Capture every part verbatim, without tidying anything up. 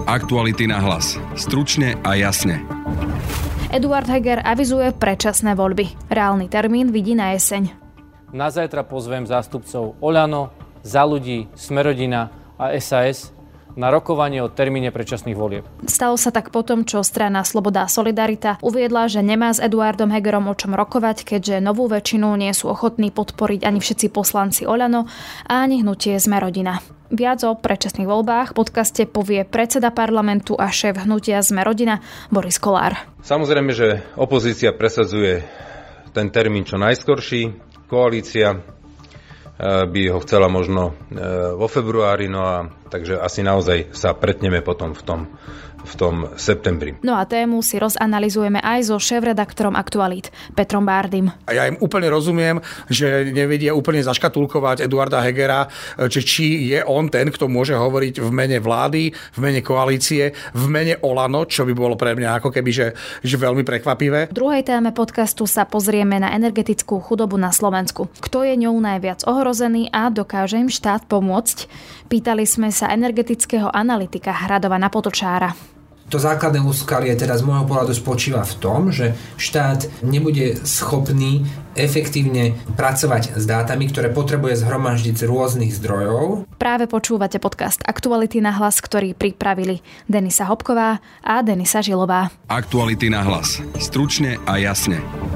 Aktuality na hlas. Stručne a jasne. Eduard Heger avizuje predčasné voľby. Reálny termín vidí na jeseň. Na zajtra pozvem zástupcov Oľano, Za ľudí, Smer-rodina a es a es na rokovanie o termíne predčasných volieb. Stalo sa tak potom, čo strana Sloboda a Solidarita uviedla, že nemá s Eduardom Hegerom o čom rokovať, keďže novú väčšinu nie sú ochotní podporiť ani všetci poslanci Oľano a ani hnutie Smer-rodina. Viac o predčasných voľbách v podcaste povie predseda parlamentu a šéf hnutia Smer-rodina Boris Kollár. Samozrejme, že opozícia presadzuje ten termín čo najskorší. Koalícia by ho chcela možno vo februári, no a takže asi naozaj sa pretneme potom v tom, v tom septembri. No a tému si rozanalizujeme aj so šéfredaktorom Aktualít, Petrom Bárdym. A ja im úplne rozumiem, že nevedia úplne zaškatulkovať Eduarda Hegera, či, či je on ten, kto môže hovoriť v mene vlády, v mene koalície, v mene Olano, čo by bolo pre mňa ako keby, že, že veľmi prekvapivé. V druhej téme podcastu sa pozrieme na energetickú chudobu na Slovensku. Kto je ňou najviac ohrozený a dokáže im štát pomôcť? Pýtali sme sa energetického analytika Hradovana Potočára. To základné úskalie teda z môjho pohľadu spočíva v tom, že štát nebude schopný efektívne pracovať s dátami, ktoré potrebuje zhromaždiť z rôznych zdrojov. Práve počúvate podcast Aktuality na hlas, ktorý pripravili Denisa Hopková a Denisa Žilová. Aktuality na hlas. Stručne a jasne.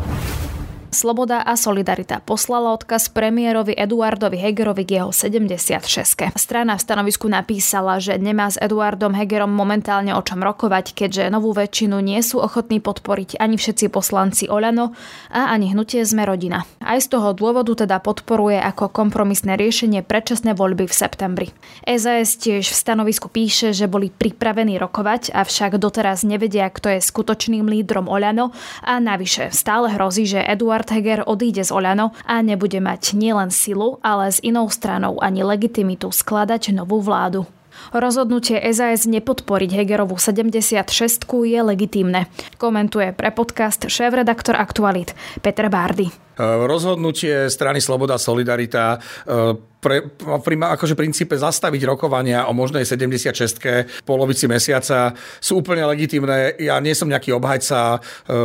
Sloboda a Solidarita poslala odkaz premiérovi Eduardovi Hegerovi k jeho sedemdesiatšestke. Strana v stanovisku napísala, že nemá s Eduardom Hegerom momentálne o čom rokovať, keďže novú väčšinu nie sú ochotní podporiť ani všetci poslanci Oľano a ani hnutie Smer-rodina. Aj z toho dôvodu teda podporuje ako kompromisné riešenie predčasné voľby v septembri. es a es tiež v stanovisku píše, že boli pripravení rokovať, avšak doteraz nevedia, kto je skutočným lídrom Oľano a navyše stále hrozí, že Eduard Heger odíde z Oľano a nebude mať nielen silu, ale s inou stranou ani legitimitu skladať novú vládu. Rozhodnutie es a es nepodporiť Hegerovú sedemdesiatšestku je legitímne, komentuje pre podcast šéfredaktor Aktualít Peter Bárdy. Rozhodnutie strany Sloboda a Solidarita pre, pri akože princípe zastaviť rokovania o možnej sedemdesiatšestke v polovici mesiaca sú úplne legitímne. Ja nie som nejaký obhajca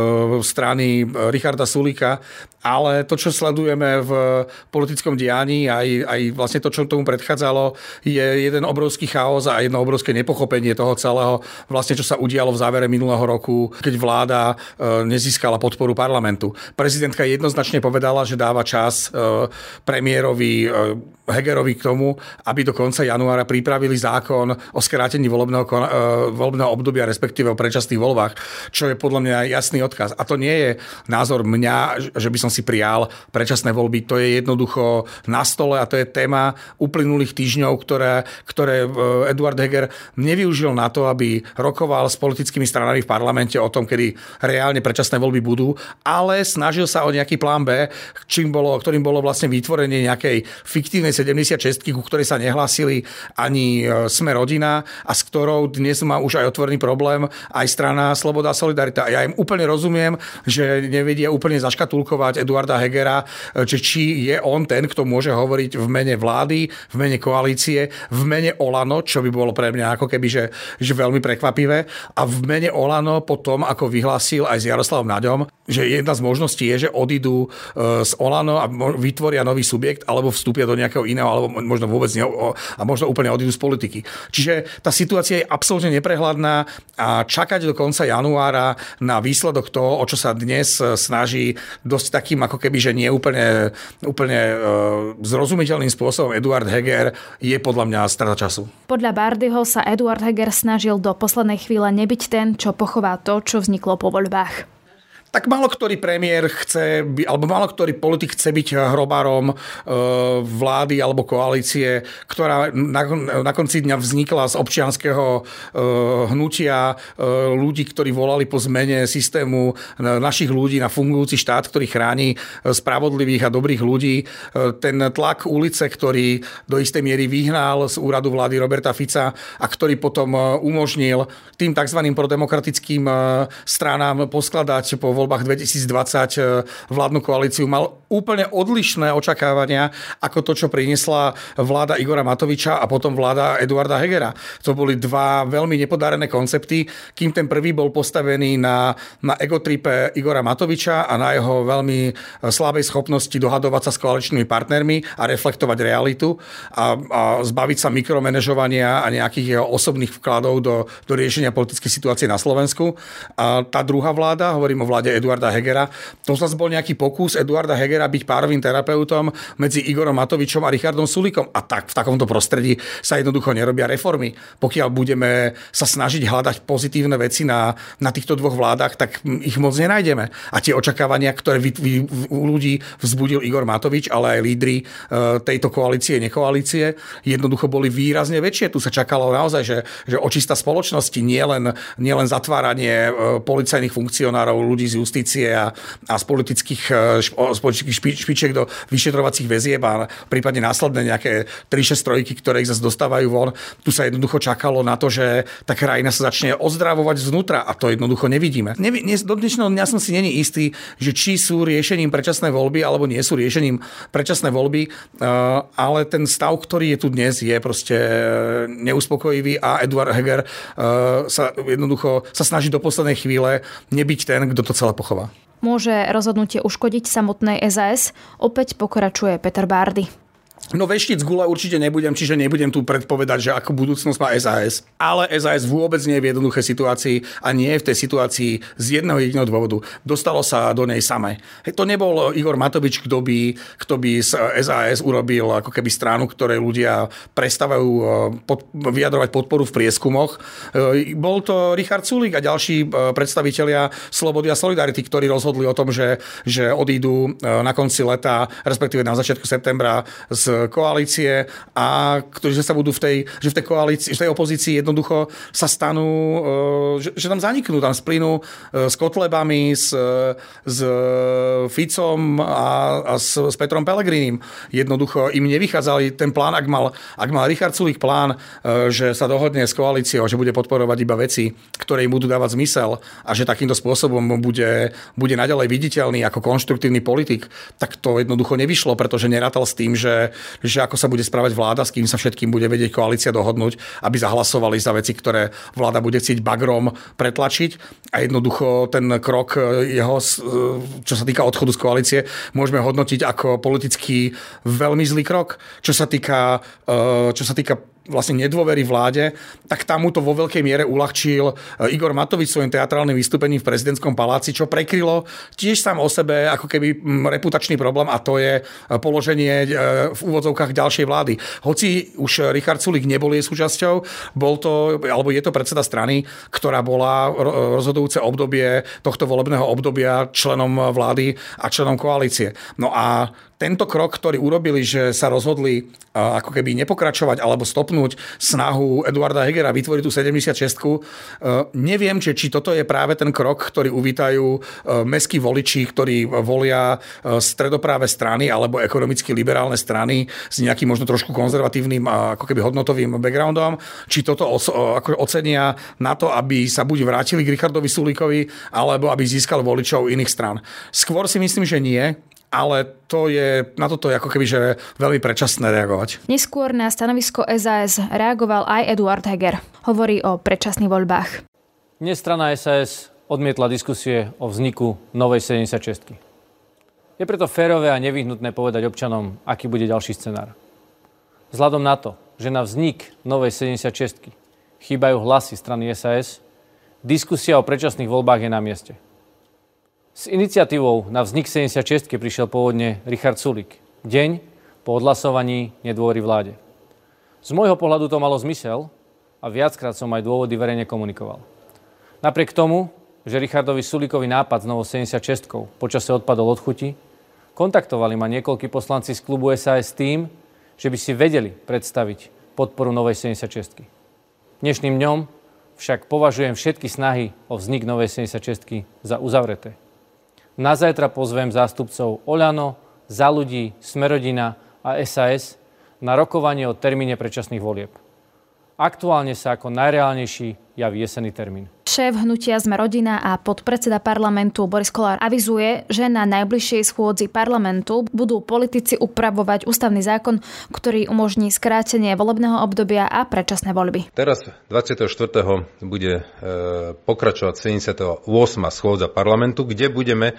strany Richarda Sulíka, ale to, čo sledujeme v politickom dianí, aj, aj vlastne to, čo tomu predchádzalo, je jeden obrovský chaos a jedno obrovské nepochopenie toho celého, vlastne čo sa udialo v závere minulého roku, keď vláda nezískala podporu parlamentu. Prezidentka jednoznačne povedala, že dáva čas premiérovi Hegerovi k tomu, aby do konca januára pripravili zákon o skrátení volebného, volebného obdobia, respektíve o predčasných voľbách, čo je podľa mňa jasný odkaz. A to nie je názor mňa, že by som si prijal predčasné voľby. To je jednoducho na stole a to je téma uplynulých týždňov, ktoré, ktoré Eduard Heger nevyužil na to, aby rokoval s politickými stranami v parlamente o tom, kedy reálne predčasné voľby budú, ale snažil sa o nejaký plán B, čím bolo, ktorým bolo vlastne vytvorenie nejakej fiktívnej sedemdesiatšestky, ku ktorej sa nehlásili ani Smer-rodina a s ktorou dnes má už aj otvorený problém aj strana Sloboda a Solidarita. Ja im úplne rozumiem, že nevedia úplne zaškatulkovať Eduarda Hegera, že či je on ten, kto môže hovoriť v mene vlády, v mene koalície, v mene Olano, čo by bolo pre mňa ako keby, že, že veľmi prekvapivé. A v mene Olano potom, ako vyhlásil aj s Jaroslavom Naďom, že jedna z možností je, že odídu z Olano a vytvoria nový subjekt, alebo vstúpia do nejakého iného, alebo možno vôbec ne, a možno úplne odídu z politiky. Čiže tá situácia je absolútne neprehľadná a čakať do konca januára na výsledok toho, o čo sa dnes snaží dosť takým ako keby, že nie úplne, úplne e, zrozumiteľným spôsobom Eduard Heger, je podľa mňa strata času. Podľa Bárdyho sa Eduard Heger snažil do poslednej chvíle nebyť ten, čo pochová to, čo vzniklo po voľbách. Tak málo ktorý premiér chce, alebo málo ktorý politik chce byť hrobárom vlády alebo koalície, ktorá na, na konci dňa vznikla z občianskeho hnutia ľudí, ktorí volali po zmene systému našich ľudí na fungujúci štát, ktorý chráni spravodlivých a dobrých ľudí. Ten tlak ulice, ktorý do istej miery vyhnal z úradu vlády Roberta Fica a ktorý potom umožnil tým tzv. Prodemokratickým stranám poskladať po voľbách dvetisícdvadsať vládnu koalíciu, mal úplne odlišné očakávania ako to, čo priniesla vláda Igora Matoviča a potom vláda Eduarda Hegera. To boli dva veľmi nepodarené koncepty, kým ten prvý bol postavený na, na egotripe Igora Matoviča a na jeho veľmi slabej schopnosti dohadovať sa s koaličnými partnermi a reflektovať realitu a, a zbaviť sa mikromanežovania a nejakých jeho osobných vkladov do, do riešenia politickej situácie na Slovensku. A tá druhá vláda, hovorím o vláde Eduarda Hegera, to zase bol nejaký pokus Eduarda Hegera byť párovým terapeutom medzi Igorom Matovičom a Richardom Sulíkom. A tak v takomto prostredí sa jednoducho nerobia reformy. Pokiaľ budeme sa snažiť hľadať pozitívne veci na, na týchto dvoch vládach, tak ich moc nenájdeme. A tie očakávania, ktoré vy, vy, u ľudí vzbudil Igor Matovič, ale aj lídri e, tejto koalície, nekoalície, jednoducho boli výrazne väčšie. Tu sa čakalo naozaj, že, že očista spoločnosti, nie len, nie len zatváranie e, policajných funkcionárov, ľudí z justície a, a z politických, e, z politických špi, špičiek do vyšetrovacích väzieb a prípadne následne nejaké tri šesť trojky, ktoré ich zase dostávajú von. Tu sa jednoducho čakalo na to, že tá krajina sa začne ozdravovať zvnútra a to jednoducho nevidíme. Nevi, ne, do dnešného dňa som si není istý, že či sú riešením predčasné voľby alebo nie sú riešením predčasné voľby, uh, ale ten stav, ktorý je tu dnes, je proste neuspokojivý a Eduard Heger uh, sa jednoducho sa snaží do poslednej chvíle nebyť ten, kto to celé pochová. Môže rozhodnutie uškodiť samotnej es a es? Opäť pokračuje Peter Bárdy. No veštiť z gule určite nebudem, čiže nebudem tu predpovedať, že akú budúcnosť má es a es. Ale es a es vôbec nie je v jednoduchej situácii a nie je v tej situácii z jedného jediného dôvodu. Dostalo sa do nej samé. Hej, to nebol Igor Matovič, kto by, kto by z es a es urobil ako keby stranu, ktorej ľudia prestávajú pod, vyjadrovať podporu v prieskumoch. Bol to Richard Sulík a ďalší predstavitelia Slobody a Solidarity, ktorí rozhodli o tom, že, že odídu na konci leta, respektíve na začiatku septembra z koalície a ktorí sa budú v tej, že v tej koalícii, v tej opozícii jednoducho sa stanú, že, že tam zaniknú, tam splynú s Kotlebami, s, s Ficom a, a s, s Petrom Pellegrinim. Jednoducho im nevychádzali ten plán, ak mal, ak mal Richard Sulík plán, že sa dohodne s koalíciou, že bude podporovať iba veci, ktoré im budú dávať zmysel a že takýmto spôsobom bude, bude naďalej viditeľný ako konštruktívny politik, tak to jednoducho nevyšlo, pretože nerátal s tým, že že ako sa bude správať vláda, s kým sa všetkým bude vedieť koalícia dohodnúť, aby zahlasovali za veci, ktoré vláda bude chcieť bagrom pretlačiť. A jednoducho ten krok jeho, čo sa týka odchodu z koalície, môžeme hodnotiť ako politicky veľmi zlý krok. Čo sa týka, čo sa týka vlastne nedôvery vláde, tak tam mu to vo veľkej miere uľahčil Igor Matovič svojím teatrálnym vystúpením v prezidentskom paláci, čo prekrylo tiež sám o sebe ako keby reputačný problém a to je položenie v úvodzovkách ďalšej vlády. Hoci už Richard Sulík nebol jej súčasťou, bol to, alebo je to predseda strany, ktorá bola rozhodujúce obdobie tohto volebného obdobia členom vlády a členom koalície. No a tento krok, ktorý urobili, že sa rozhodli ako keby nepokračovať alebo stopnúť snahu Eduarda Hegera vytvoriť tú sedemdesiatšestku, neviem, či, či toto je práve ten krok, ktorý uvítajú mestskí voliči, ktorí volia stredopráve strany alebo ekonomicky liberálne strany s nejakým možno trošku konzervatívnym ako keby hodnotovým backgroundom, či toto ako ocenia na to, aby sa buď vrátili k Richardovi Sulíkovi, alebo aby získal voličov iných strán. Skôr si myslím, že nie. Ale to je, na toto je ako keby, že veľmi predčasné reagovať. Neskôr na stanovisko es a es reagoval aj Eduard Heger. Hovorí o predčasných voľbách. Dnes strana es a es odmietla diskusie o vzniku novej sedemdesiatšestky. Je preto férové a nevyhnutné povedať občanom, aký bude ďalší scenár. Vzhľadom na to, že na vznik novej sedemdesiatšestky chýbajú hlasy strany es a es, diskusia o predčasných voľbách je na mieste. S iniciatívou na vznik sedemdesiatšestky prišiel pôvodne Richard Sulík, deň po odhlasovaní nedôvery vláde. Z môjho pohľadu to malo zmysel a viackrát som aj dôvody verejne komunikoval. Napriek tomu, že Richardovi Sulíkovi nápad s novou sedemdesiatšestkou počase odpadol od chuti, kontaktovali ma niekoľkí poslanci z klubu es a es s tým, že by si vedeli predstaviť podporu novej sedemdesiatšestky. Dnešným dňom však považujem všetky snahy o vznik novej sedemdesiatšestky za uzavreté. Na zajtra pozvem zástupcov Oľano, Za ľudí, Smerodina a es a es na rokovanie o termíne predčasných volieb. Aktuálne sa ako najreálnejší javí jesenný termín. Šéf hnutia Sme rodina a podpredseda parlamentu Boris Kollár avizuje, že na najbližšej schôdzi parlamentu budú politici upravovať ústavný zákon, ktorý umožní skrátenie volebného obdobia a predčasné voľby. Teraz dvadsiateho štvrtého bude e, pokračovať sedemdesiata ôsma schôdza parlamentu, kde budeme e,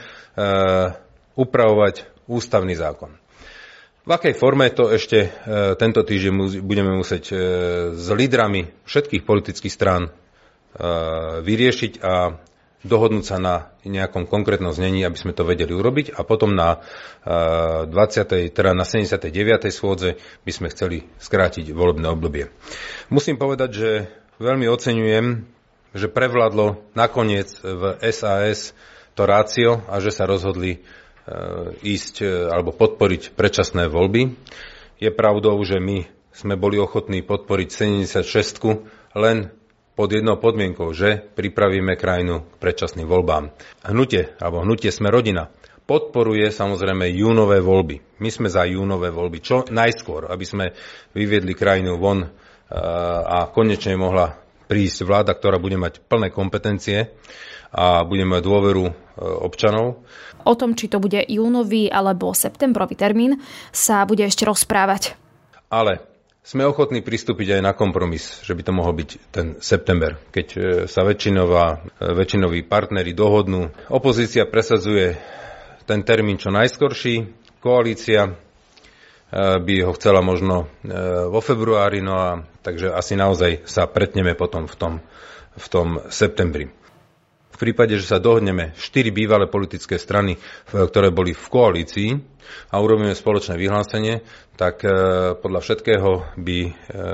upravovať ústavný zákon. V akej forme to ešte e, tento týždeň budeme musieť e, s lídrami všetkých politických strán e, vyriešiť a dohodnúť sa na nejakom konkrétnom znení, aby sme to vedeli urobiť, a potom na e, dvadsiatej teda na sedemdesiatej deviatej schôdze by sme chceli skrátiť volebné obdobie. Musím povedať, že veľmi oceňujem, že prevládlo nakoniec v es a es to rácio a že sa rozhodli ísť alebo podporiť predčasné voľby. Je pravdou, že my sme boli ochotní podporiť sedemdesiatšesť len pod jednou podmienkou, že pripravíme krajinu k predčasným voľbám. Hnutie, alebo hnutie Sme rodina, podporuje samozrejme júnové voľby. My sme za júnové voľby, čo najskôr, aby sme vyviedli krajinu von a konečne mohla prísť vláda, ktorá bude mať plné kompetencie a budeme mať dôveru občanov. O tom, či to bude júnový alebo septembrový termín, sa bude ešte rozprávať. Ale sme ochotní pristúpiť aj na kompromis, že by to mohol byť ten september, keď sa väčšinová, väčšinoví partneri dohodnú. Opozícia presadzuje ten termín čo najskorší, koalícia by ho chcela možno vo februári, no a takže asi naozaj sa pretneme potom v tom, v tom septembri. V prípade, že sa dohodneme štyri bývalé politické strany, ktoré boli v koalícii a urobíme spoločné vyhlásenie, tak podľa všetkého by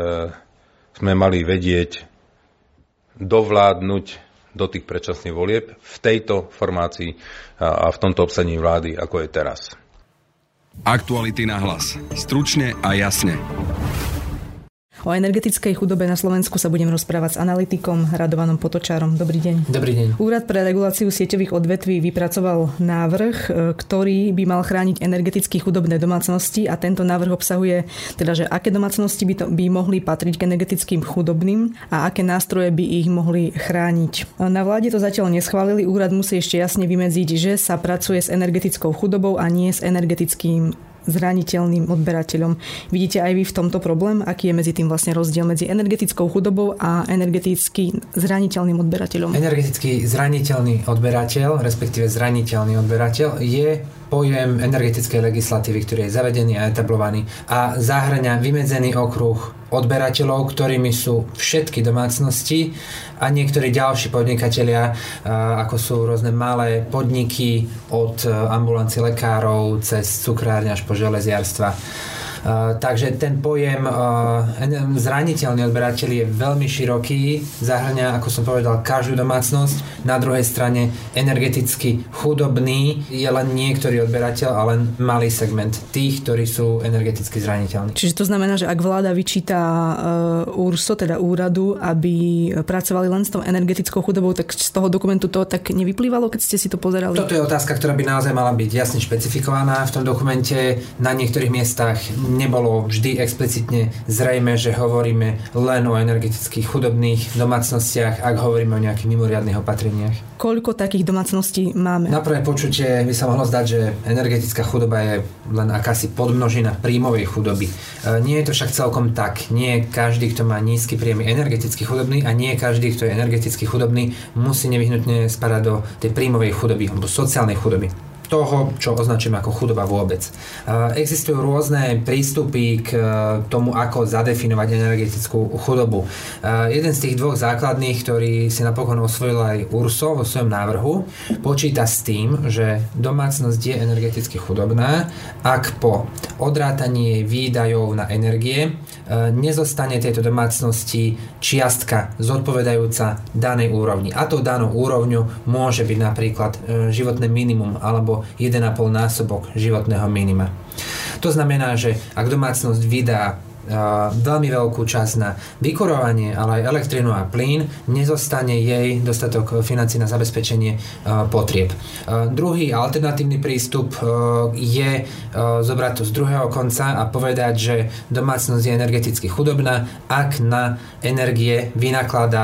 sme mali vedieť dovládnuť do tých predčasných volieb v tejto formácii a v tomto obsadení vlády, ako je teraz. Aktuality na hlas. Stručne a jasne. O energetickej chudobe na Slovensku sa budem rozprávať s analytikom Radovanom Potočárom. Dobrý deň. Dobrý deň. Úrad pre reguláciu sieťových odvetví vypracoval návrh, ktorý by mal chrániť energeticky chudobné domácnosti, a tento návrh obsahuje teda, že aké domácnosti by, to, by mohli patriť k energetickým chudobným a aké nástroje by ich mohli chrániť. Na vláde to zatiaľ neschválili. Úrad musí ešte jasne vymedziť, že sa pracuje s energetickou chudobou a nie s energetickým zraniteľným odberateľom. Vidíte aj vy v tomto problém? Aký je medzi tým vlastne rozdiel medzi energetickou chudobou a energeticky zraniteľným odberateľom? Energeticky zraniteľný odberateľ, respektíve zraniteľný odberateľ, je pojem energetickej legislatívy, ktorý je zavedený a etablovaný a zahŕňa vymedzený okruh odberateľov, ktorými sú všetky domácnosti a niektorí ďalší podnikatelia, ako sú rôzne malé podniky od ambulancie lekárov cez cukrárne až po železiarstva. Uh, takže ten pojem uh, zraniteľný odberateľ je veľmi široký, zahŕňa, ako som povedal, každú domácnosť. Na druhej strane energeticky chudobný je len niektorý odberateľ a len malý segment tých, ktorí sú energeticky zraniteľní. Čiže to znamená, že ak vláda vyčíta uh, úrso, teda úradu, aby pracovali len s tou energetickou chudobou, tak z toho dokumentu to tak nevyplývalo, keď ste si to pozerali? Toto je otázka, ktorá by naozaj mala byť jasne špecifikovaná v tom dokumente. Na niektorých miestach nebolo vždy explicitne zrejme, že hovoríme len o energeticky chudobných domácnostiach, ak hovoríme o nejakých mimoriadnych opatreniach. Koľko takých domácností máme? Na prvé počutie by sa mohlo zdať, že energetická chudoba je len akási podmnožina príjmovej chudoby. E, nie je to však celkom tak. Nie každý, kto má nízky príjem, je energeticky chudobný a nie každý, kto je energeticky chudobný, musí nevyhnutne spadať do tej príjmovej chudoby alebo sociálnej chudoby. Toho, čo označujeme ako chudoba vôbec. Existujú rôzne prístupy k tomu, ako zadefinovať energetickú chudobu. Jeden z tých dvoch základných, ktorý si napokon osvojil aj URSO vo svojom návrhu, počíta s tým, že domácnosť je energeticky chudobná, ak po odrátaní výdajov na energie nezostane tejto domácnosti čiastka zodpovedajúca danej úrovni. A tou danou úrovňou môže byť napríklad životné minimum alebo jeden a pol násobok životného minima. To znamená, že ak domácnosť vydá uh, veľmi veľkú časť na vykurovanie, ale aj elektrinu a plyn, nezostane jej dostatok financií na zabezpečenie uh, potrieb. Uh, druhý alternatívny prístup uh, je uh, zobrať to z druhého konca a povedať, že domácnosť je energeticky chudobná, ak na energie vynakladá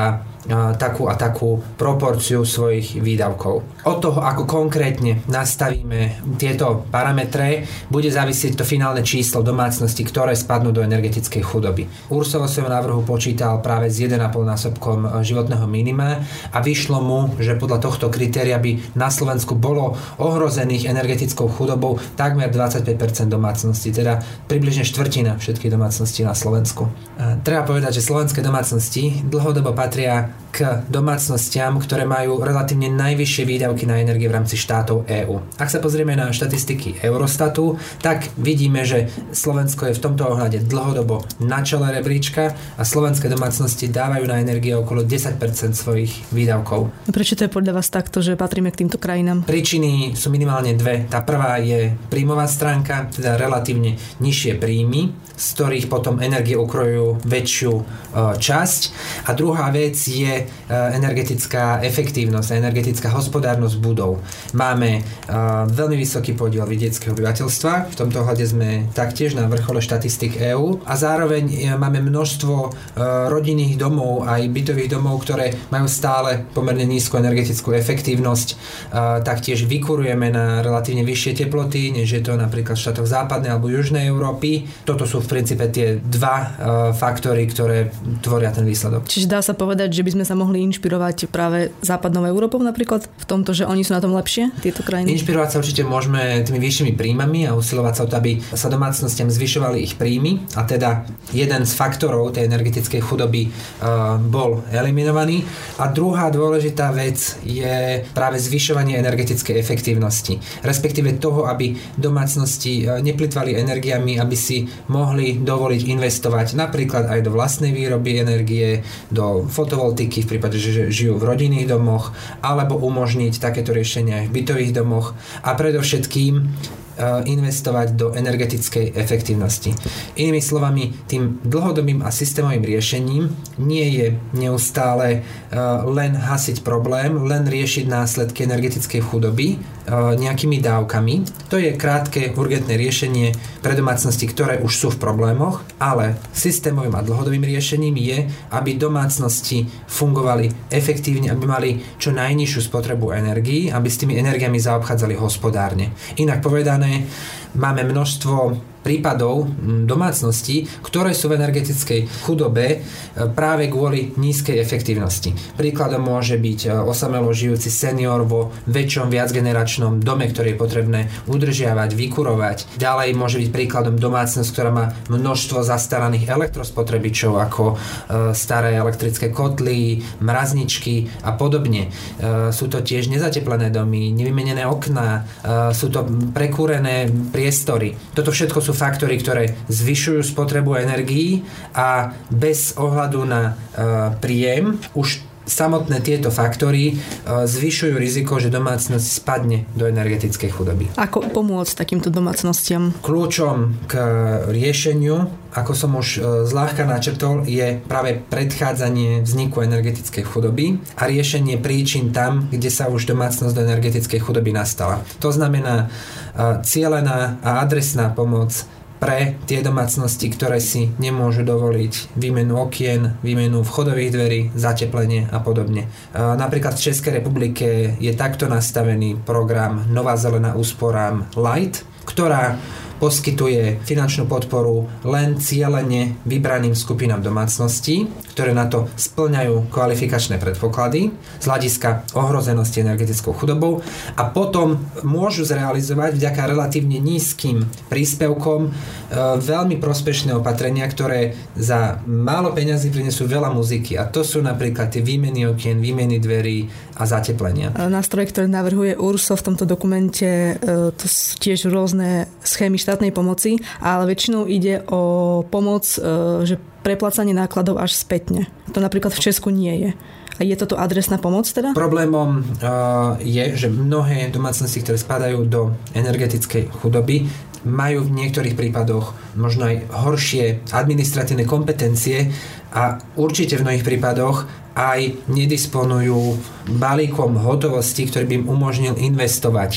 takú a takú proporciu svojich výdavkov. Od toho, ako konkrétne nastavíme tieto parametre, bude závisieť to finálne číslo domácnosti, ktoré spadnú do energetickej chudoby. Urso vo svojom návrhu počítal práve s jeden a pol násobkom životného minima a vyšlo mu, že podľa tohto kritéria by na Slovensku bolo ohrozených energetickou chudobou takmer dvadsaťpäť percent domácností, teda približne štvrtina všetkých domácností na Slovensku. A treba povedať, že slovenské domácnosti dlhodobo patria k domácnostiam, ktoré majú relatívne najvyššie výdavky na energie v rámci štátov EÚ. Ak sa pozrieme na štatistiky Eurostatu, tak vidíme, že Slovensko je v tomto ohľade dlhodobo na čele rebríčka a slovenské domácnosti dávajú na energie okolo desať percent svojich výdavkov. Prečo to je podľa vás takto, že patríme k týmto krajinám? Príčiny sú minimálne dve. Tá prvá je príjmová stránka, teda relatívne nižšie príjmy, z ktorých potom energie ukrojujú väčšiu e, časť. A druhá vec je e, energetická efektívnosť a energetická hospodárnosť budov. Máme e, veľmi vysoký podiel vidieckého obyvateľstva, v tomto ohľade sme taktiež na vrchole štatistik EÚ a zároveň e, máme množstvo e, rodinných domov aj bytových domov, ktoré majú stále pomerne nízku energetickú efektívnosť. E, taktiež vykurujeme na relatívne vyššie teploty, než je to napríklad v štátoch západnej alebo južnej Európy. Toto sú v princípe tie dva uh, faktory, ktoré tvoria ten výsledok. Čiže dá sa povedať, že by sme sa mohli inšpirovať práve západnou Európou napríklad v tomto, že oni sú na tom lepšie, tieto krajiny? Inšpirovať sa určite môžeme tými vyššími príjmami a usilovať sa o to, aby sa domácnostiam zvyšovali ich príjmy a teda jeden z faktorov tej energetickej chudoby uh, bol eliminovaný. A druhá dôležitá vec je práve zvyšovanie energetickej efektívnosti, respektíve toho, aby domácnosti uh, neplytvali energiami, aby si mohli dovoliť investovať napríklad aj do vlastnej výroby energie, do fotovoltiky v prípade, že žijú v rodinných domoch, alebo umožniť takéto riešenia aj v bytových domoch a predovšetkým investovať do energetickej efektívnosti. Inými slovami, tým dlhodobým a systémovým riešením nie je neustále len hasiť problém, len riešiť následky energetickej chudoby nejakými dávkami. To je krátke, urgentné riešenie pre domácnosti, ktoré už sú v problémoch, ale systémovým a dlhodobým riešením je, aby domácnosti fungovali efektívne, aby mali čo najnižšiu spotrebu energií, aby s tými energiami zaobchádzali hospodárne. Inak povedané, máme množstvo prípadov domácností, ktoré sú v energetickej chudobe práve kvôli nízkej efektívnosti. Príkladom môže byť osamelo žijúci senior vo väčšom viacgeneračnom dome, ktorý je potrebné udržiavať, vykurovať. Ďalej môže byť príkladom domácnosť, ktorá má množstvo zastaraných elektrospotrebičov ako staré elektrické kotly, mrazničky a podobne. Sú to tiež nezateplené domy, nevymenené okná, sú to prekúrené priestory. Toto všetko sú faktory, ktoré zvyšujú spotrebu energií a bez ohľadu na uh, príjem už samotné tieto faktory uh, zvyšujú riziko, že domácnosť spadne do energetickej chudoby. Ako pomôcť takýmto domácnostiam? Kľúčom k riešeniu, ako som už uh, zľahka načrtol, je práve predchádzanie vzniku energetickej chudoby a riešenie príčin tam, kde sa už domácnosť do energetickej chudoby nastala. To znamená uh, cielená a adresná pomoc pre tie domácnosti, ktoré si nemôžu dovoliť výmenu okien, výmenu vchodových dverí, zateplenie a podobne. Napríklad v Českej republike je takto nastavený program Nová zelená úsporám Light, ktorá poskytuje finančnú podporu len cielene vybraným skupinám domácností, ktoré na to spĺňajú kvalifikačné predpoklady z hľadiska ohrozenosti energetickou chudobou a potom môžu zrealizovať vďaka relatívne nízkym príspevkom e, veľmi prospešné opatrenia, ktoré za málo peňazí prinesú veľa muziky a to sú napríklad tie výmeny okien, výmeny dverí a zateplenia. Nástroje, ktoré navrhuje Urso v tomto dokumente, e, to sú tiež rôzne schémy štátnej pomoci, ale väčšinou ide o pomoc, e, že preplácanie nákladov až spätne. To napríklad v Česku nie je. A je toto adresná pomoc teda? Problémom uh, je, že mnohé domácnosti, ktoré spadajú do energetickej chudoby, majú v niektorých prípadoch možno aj horšie administratívne kompetencie a určite v mnohých prípadoch aj nedisponujú balíkom hotovosti, ktorý by im umožnil investovať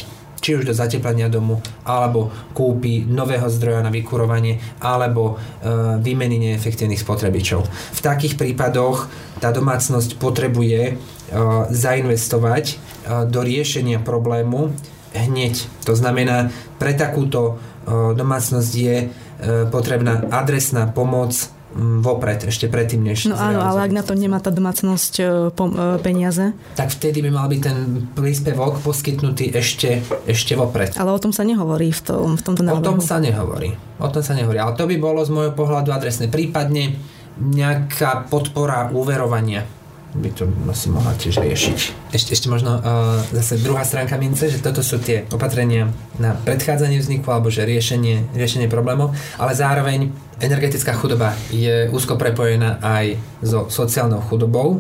či už do zateplenia domu, alebo kúpi nového zdroja na vykurovanie, alebo e, výmeny neefektívnych spotrebičov. V takých prípadoch tá domácnosť potrebuje e, zainvestovať e, do riešenia problému hneď. To znamená, pre takúto e, domácnosť je e, potrebná adresná pomoc vopred, ešte predtým, než... No áno, ale ak na to nemá tá domácnosť pom- peniaze? Tak vtedy by mal byť ten príspevok poskytnutý ešte, ešte vopred. Ale o tom sa nehovorí v, tom, v tomto návrhu. O tom sa nehovorí. O tom sa nehovorí. Ale to by bolo z môjho pohľadu adresné. Prípadne nejaká podpora úverovania by to asi mohla tiež riešiť. Ešte, ešte možno uh, zase druhá stránka mince, že toto sú tie opatrenia na predchádzanie vzniku alebo že riešenie, riešenie problémov, ale zároveň energetická chudoba je úzko prepojená aj so sociálnou chudobou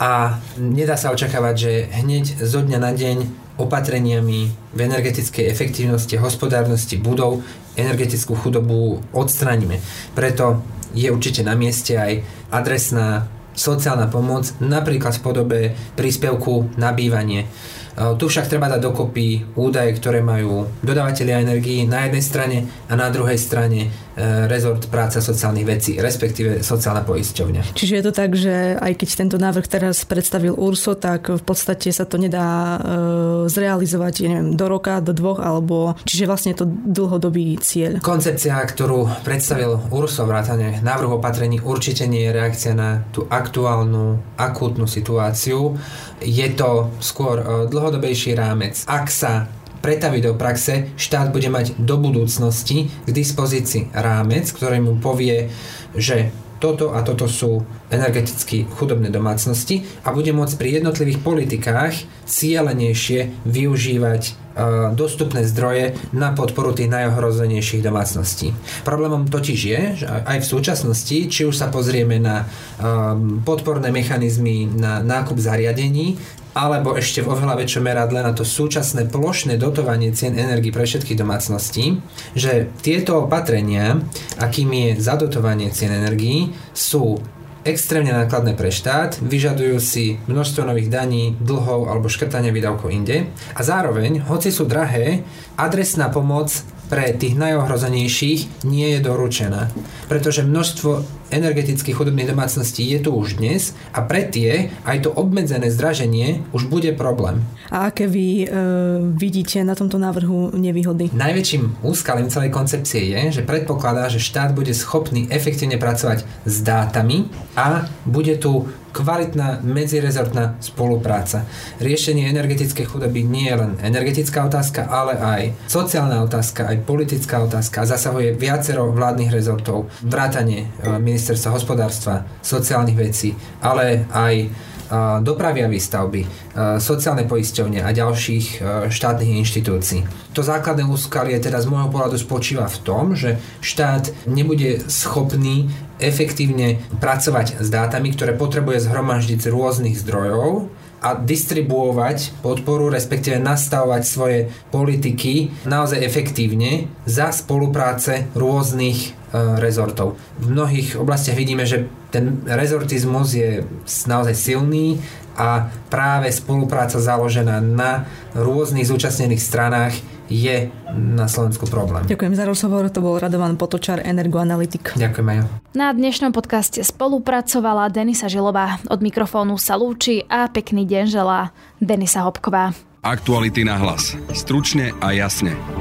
a nedá sa očakávať, že hneď zo dňa na deň opatreniami v energetickej efektívnosti, hospodárnosti budov energetickú chudobu odstránime. Preto je určite na mieste aj adresná sociálna pomoc, napríklad v podobe príspevku na bývanie. Tu však treba dať dokopy údaje, ktoré majú dodávatelia energií na jednej strane a na druhej strane rezort práce a sociálnych vecí, respektíve sociálna poisťovňa. Čiže je to tak, že aj keď tento návrh teraz predstavil Urso, tak v podstate sa to nedá e, zrealizovať, neviem, do roka, do dvoch, alebo čiže vlastne je to dlhodobý cieľ. Koncepcia, ktorú predstavil Urso, vrátane návrhu opatrení, určite nie je reakcia na tú aktuálnu, akútnu situáciu. Je to skôr dlhodobejší rámec. Ak sa pretaviť do praxe, štát bude mať do budúcnosti k dispozícii rámec, ktorý mu povie, že toto a toto sú energeticky chudobné domácnosti a bude môcť pri jednotlivých politikách cielenejšie využívať e, dostupné zdroje na podporu tých najohrozenejších domácností. Problémom totiž je, že aj v súčasnosti, či už sa pozrieme na e, podporné mechanizmy na nákup zariadení, alebo ešte v oveľa väčšom meradle na to súčasné plošné dotovanie cien energií pre všetkých domácností, že tieto opatrenia, akým je zadotovanie cien energií, sú extrémne nákladné pre štát, vyžadujú si množstvo nových daní, dlhov alebo škrtania výdavkov inde a zároveň, hoci sú drahé, adresná pomoc pre tých najohrozenejších nie je doručená. Pretože množstvo energeticky chudobných domácností je tu už dnes a pre tie aj to obmedzené zdraženie už bude problém. A aké vy e, vidíte na tomto návrhu nevýhody? Najväčším úskalím celej koncepcie je, že predpokladá, že štát bude schopný efektívne pracovať s dátami a bude tu kvalitná medzirezortná spolupráca. Riešenie energetickej chudoby nie je len energetická otázka, ale aj sociálna otázka, aj politická otázka a zasahuje viacero vládnych rezortov, vrátane ministerstva hospodárstva, sociálnych vecí, ale aj dopravy a výstavby, sociálne poisťovne a ďalších štátnych inštitúcií. To základné úskalie teda z môjho pohľadu spočíva v tom, že štát nebude schopný efektívne pracovať s dátami, ktoré potrebuje zhromaždiť z rôznych zdrojov a distribuovať podporu, respektíve nastavovať svoje politiky naozaj efektívne za spolupráce rôznych e, rezortov. V mnohých oblastiach vidíme, že ten rezortizmus je naozaj silný a práve spolupráca založená na rôznych zúčastnených stranách je na Slovensku problém. Ďakujem za rozhovor, to bol Radovan Potočar, energoanalytik. Ďakujem aj ja. Na dnešnom podcaste spolupracovala Denisa Žilová. Od mikrofónu sa lúči a pekný deň želá Denisa Hopková. Aktuality na hlas. Stručne a jasne.